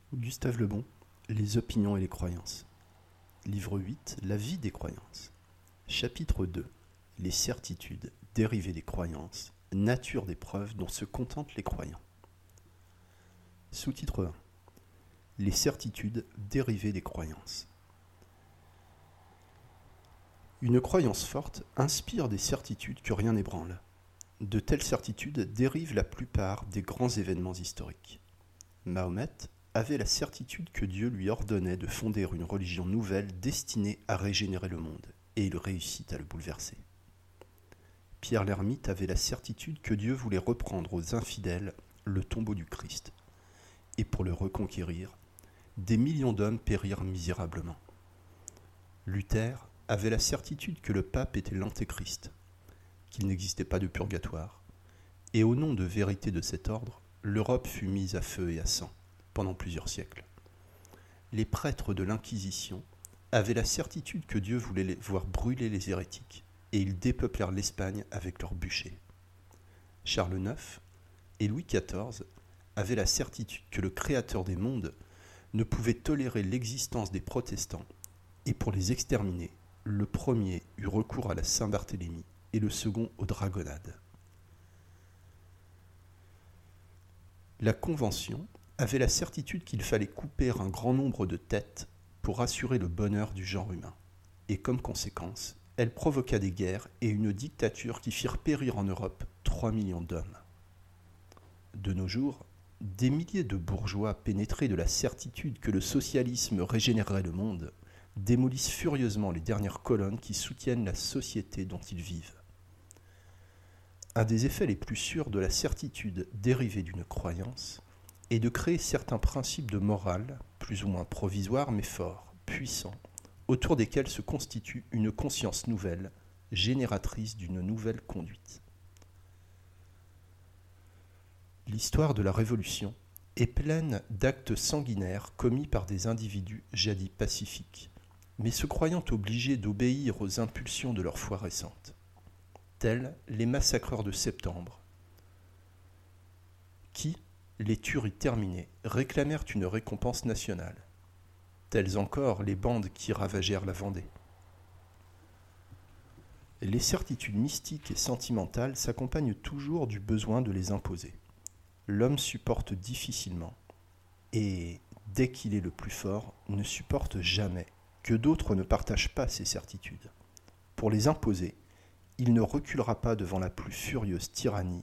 Gustave Le Bon, Les opinions et les croyances. Livre 8, La vie des croyances. Chapitre 2, Les certitudes dérivées des croyances, nature des preuves dont se contentent les croyants. Sous-titre 1, Les certitudes dérivées des croyances. Une croyance forte inspire des certitudes que rien n'ébranle. De telles certitudes dérivent la plupart des grands événements historiques. Mahomet avait la certitude que Dieu lui ordonnait de fonder une religion nouvelle destinée à régénérer le monde, et il réussit à le bouleverser. Pierre l'Ermite avait la certitude que Dieu voulait reprendre aux infidèles le tombeau du Christ, et pour le reconquérir, des millions d'hommes périrent misérablement. Luther avait la certitude que le pape était l'antéchrist, qu'il n'existait pas de purgatoire, et au nom de vérité de cet ordre, l'Europe fut mise à feu et à sang pendant plusieurs siècles. Les prêtres de l'Inquisition avaient la certitude que Dieu voulait voir brûler les hérétiques, et ils dépeuplèrent l'Espagne avec leurs bûchers. Charles IX et Louis XIV avaient la certitude que le Créateur des mondes ne pouvait tolérer l'existence des protestants, et pour les exterminer, le premier eut recours à la Saint-Barthélemy et le second aux dragonnades. La Convention avait la certitude qu'il fallait couper un grand nombre de têtes pour assurer le bonheur du genre humain. Et comme conséquence, elle provoqua des guerres et une dictature qui firent périr en Europe 3 millions d'hommes. De nos jours, des milliers de bourgeois pénétrés de la certitude que le socialisme régénérerait le monde démolissent furieusement les dernières colonnes qui soutiennent la société dont ils vivent. Un des effets les plus sûrs de la certitude dérivée d'une croyance est de créer certains principes de morale, plus ou moins provisoires mais forts, puissants, autour desquels se constitue une conscience nouvelle, génératrice d'une nouvelle conduite. L'histoire de la Révolution est pleine d'actes sanguinaires commis par des individus jadis pacifiques, mais se croyant obligés d'obéir aux impulsions de leur foi récente, tels les massacreurs de septembre, qui, les tueries terminées, réclamèrent une récompense nationale, telles encore les bandes qui ravagèrent la Vendée. Les certitudes mystiques et sentimentales s'accompagnent toujours du besoin de les imposer. L'homme supporte difficilement, et, dès qu'il est le plus fort, ne supporte jamais que d'autres ne partagent pas ces certitudes. Pour les imposer, il ne reculera pas devant la plus furieuse tyrannie.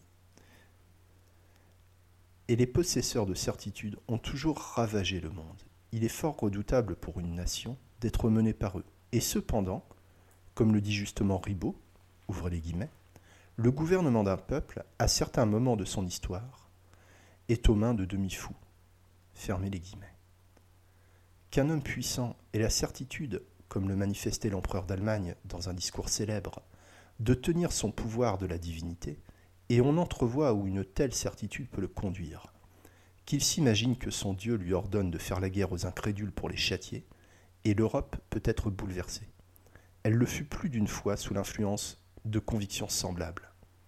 Et les possesseurs de certitudes ont toujours ravagé le monde. Il est fort redoutable pour une nation d'être menée par eux. Et cependant, comme le dit justement Ribot, ouvrez les guillemets, le gouvernement d'un peuple, à certains moments de son histoire, est aux mains de demi-fous. Fermez les guillemets. Qu'un homme puissant ait la certitude, comme le manifestait l'empereur d'Allemagne dans un discours célèbre, de tenir son pouvoir de la divinité, et on entrevoit où une telle certitude peut le conduire. Qu'il s'imagine que son Dieu lui ordonne de faire la guerre aux incrédules pour les châtier, et l'Europe peut être bouleversée. Elle le fut plus d'une fois sous l'influence de convictions semblables.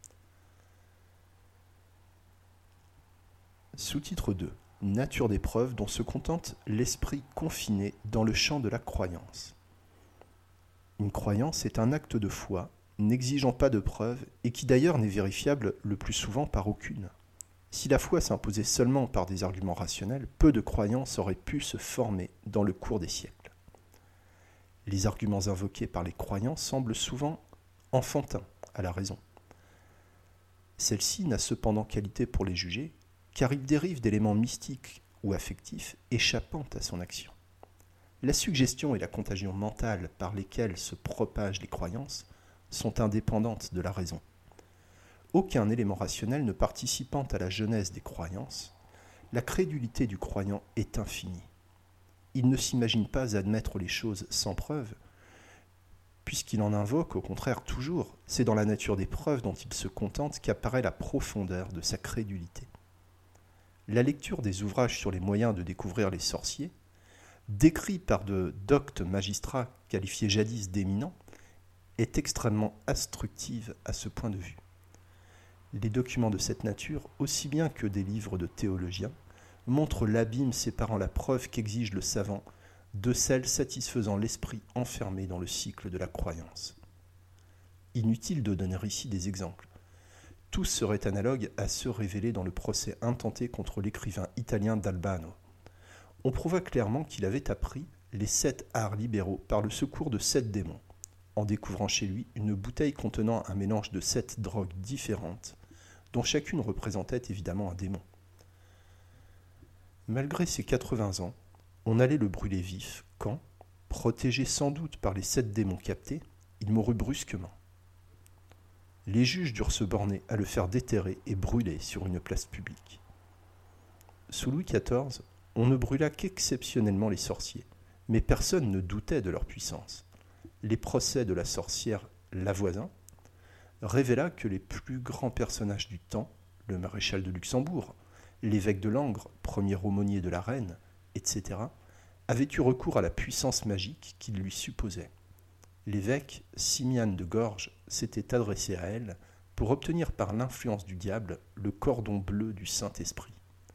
Sous-titre 2. Nature des preuves dont se contente l'esprit confiné dans le champ de la croyance. Une croyance est un acte de foi n'exigeant pas de preuves et qui d'ailleurs n'est vérifiable le plus souvent par aucune. Si la foi s'imposait seulement par des arguments rationnels, peu de croyances auraient pu se former dans le cours des siècles. Les arguments invoqués par les croyants semblent souvent enfantins à la raison. Celle-ci n'a cependant qualité pour les juger, car ils dérivent d'éléments mystiques ou affectifs échappant à son action. La suggestion et la contagion mentale par lesquelles se propagent les croyances sont indépendantes de la raison. Aucun élément rationnel ne participant à la genèse des croyances, la crédulité du croyant est infinie. Il ne s'imagine pas admettre les choses sans preuve, puisqu'il en invoque au contraire toujours. C'est dans la nature des preuves dont il se contente qu'apparaît la profondeur de sa crédulité. La lecture des ouvrages sur les moyens de découvrir les sorciers, décrits par de doctes magistrats qualifiés jadis d'éminents, est extrêmement instructive à ce point de vue. Les documents de cette nature, aussi bien que des livres de théologiens, montre l'abîme séparant la preuve qu'exige le savant de celle satisfaisant l'esprit enfermé dans le cycle de la croyance. Inutile de donner ici des exemples. Tous seraient analogues à ceux révélés dans le procès intenté contre l'écrivain italien d'Albano. On prouva clairement qu'il avait appris les 7 arts libéraux par le secours de 7 démons, en découvrant chez lui une bouteille contenant un mélange de 7 drogues différentes, dont chacune représentait évidemment un démon. Malgré ses 80 ans, on allait le brûler vif quand, protégé sans doute par les 7 démons captés, il mourut brusquement. Les juges durent se borner à le faire déterrer et brûler sur une place publique. Sous Louis XIV, on ne brûla qu'exceptionnellement les sorciers, mais personne ne doutait de leur puissance. Les procès de la sorcière Lavoisin révéla que les plus grands personnages du temps, le maréchal de Luxembourg, l'évêque de Langres, premier aumônier de la reine, etc., avaient eu recours à la puissance magique qu'ils lui supposaient. L'évêque, Simiane de Gorges, s'était adressé à elle pour obtenir par l'influence du diable le cordon bleu du Saint-Esprit.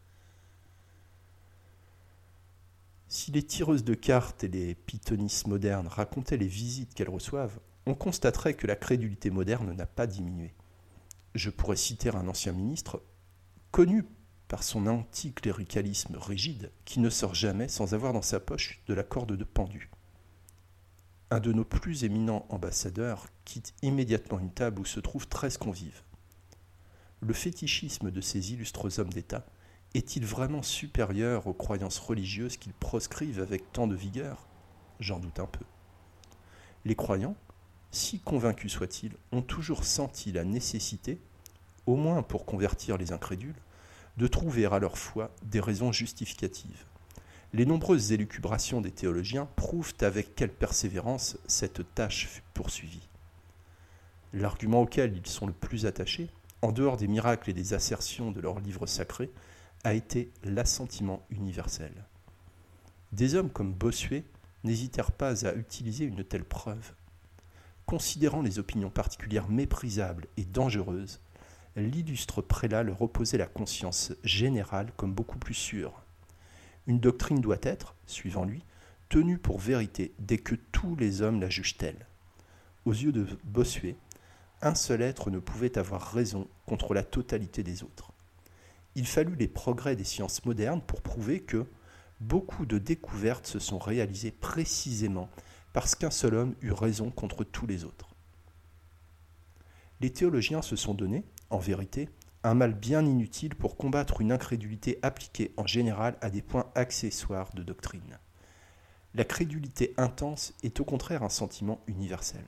Si les tireuses de cartes et les pythonistes modernes racontaient les visites qu'elles reçoivent, on constaterait que la crédulité moderne n'a pas diminué. Je pourrais citer un ancien ministre, connu par son anticléricalisme rigide, qui ne sort jamais sans avoir dans sa poche de la corde de pendu. Un de nos plus éminents ambassadeurs quitte immédiatement une table où se trouvent 13 convives. Le fétichisme de ces illustres hommes d'État est-il vraiment supérieur aux croyances religieuses qu'ils proscrivent avec tant de vigueur ? J'en doute un peu. Les croyants, si convaincus soient-ils, ont toujours senti la nécessité, au moins pour convertir les incrédules, de trouver à leur foi des raisons justificatives. Les nombreuses élucubrations des théologiens prouvent avec quelle persévérance cette tâche fut poursuivie. L'argument auquel ils sont le plus attachés, en dehors des miracles et des assertions de leurs livres sacrés, a été l'assentiment universel. Des hommes comme Bossuet n'hésitèrent pas à utiliser une telle preuve. Considérant les opinions particulières méprisables et dangereuses, l'illustre prélat leur opposait la conscience générale comme beaucoup plus sûre. Une doctrine doit être, suivant lui, tenue pour vérité dès que tous les hommes la jugent telle. Aux yeux de Bossuet, un seul être ne pouvait avoir raison contre la totalité des autres. Il fallut les progrès des sciences modernes pour prouver que beaucoup de découvertes se sont réalisées précisément parce qu'un seul homme eut raison contre tous les autres. Les théologiens se sont donné, en vérité, un mal bien inutile pour combattre une incrédulité appliquée en général à des points accessoires de doctrine. La crédulité intense est au contraire un sentiment universel.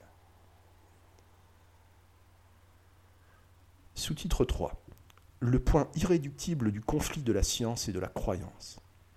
Sous-titre 3. Le point irréductible du conflit de la science et de la croyance.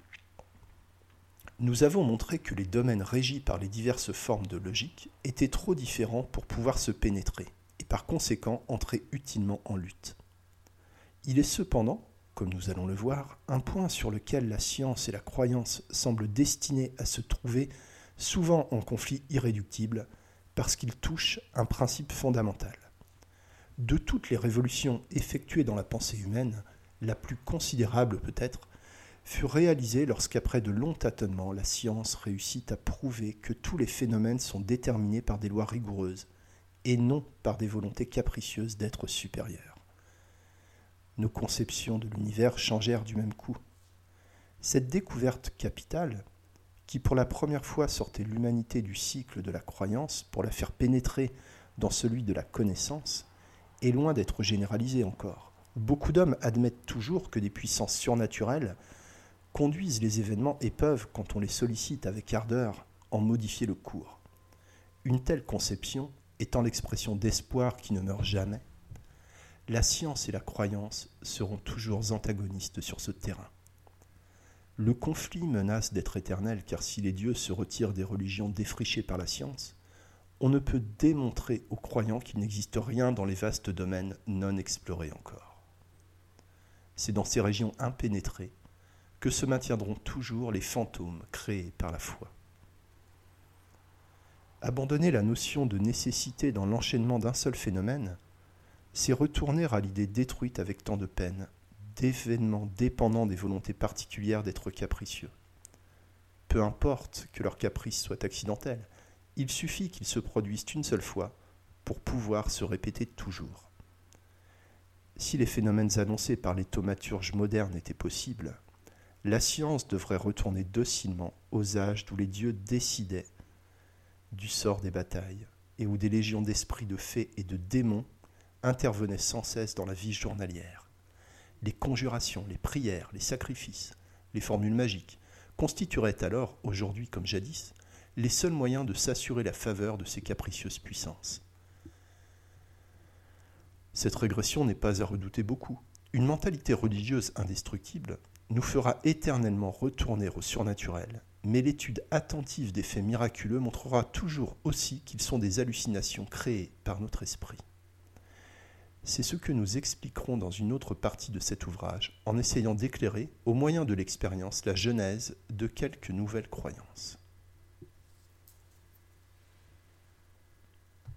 Nous avons montré que les domaines régis par les diverses formes de logique étaient trop différents pour pouvoir se pénétrer, et par conséquent entrer utilement en lutte. Il est cependant, comme nous allons le voir, un point sur lequel la science et la croyance semblent destinées à se trouver souvent en conflit irréductible, parce qu'il touche un principe fondamental. De toutes les révolutions effectuées dans la pensée humaine, la plus considérable peut-être, fut réalisée lorsqu'après de longs tâtonnements, la science réussit à prouver que tous les phénomènes sont déterminés par des lois rigoureuses, et non par des volontés capricieuses d'êtres supérieurs. Nos conceptions de l'univers changèrent du même coup. Cette découverte capitale, qui pour la première fois sortait l'humanité du cycle de la croyance pour la faire pénétrer dans celui de la connaissance, est loin d'être généralisée encore. Beaucoup d'hommes admettent toujours que des puissances surnaturelles conduisent les événements et peuvent, quand on les sollicite avec ardeur, en modifier le cours. Une telle conception étant l'expression d'espoir qui ne meurt jamais, la science et la croyance seront toujours antagonistes sur ce terrain. Le conflit menace d'être éternel car si les dieux se retirent des religions défrichées par la science, on ne peut démontrer aux croyants qu'il n'existe rien dans les vastes domaines non explorés encore. C'est dans ces régions impénétrées que se maintiendront toujours les fantômes créés par la foi. Abandonner la notion de nécessité dans l'enchaînement d'un seul phénomène, c'est retourner à l'idée détruite avec tant de peine d'événements dépendant des volontés particulières d'êtres capricieux. Peu importe que leur caprice soit accidentel, il suffit qu'ils se produisent une seule fois pour pouvoir se répéter toujours. Si les phénomènes annoncés par les thaumaturges modernes étaient possibles, la science devrait retourner docilement aux âges d'où les dieux décidaient du sort des batailles et où des légions d'esprits de fées et de démons intervenaient sans cesse dans la vie journalière. Les conjurations, les prières, les sacrifices, les formules magiques constitueraient alors, aujourd'hui comme jadis, les seuls moyens de s'assurer la faveur de ces capricieuses puissances. Cette régression n'est pas à redouter beaucoup. Une mentalité religieuse indestructible nous fera éternellement retourner au surnaturel, mais l'étude attentive des faits miraculeux montrera toujours aussi qu'ils sont des hallucinations créées par notre esprit. C'est ce que nous expliquerons dans une autre partie de cet ouvrage, en essayant d'éclairer, au moyen de l'expérience, la genèse de quelques nouvelles croyances.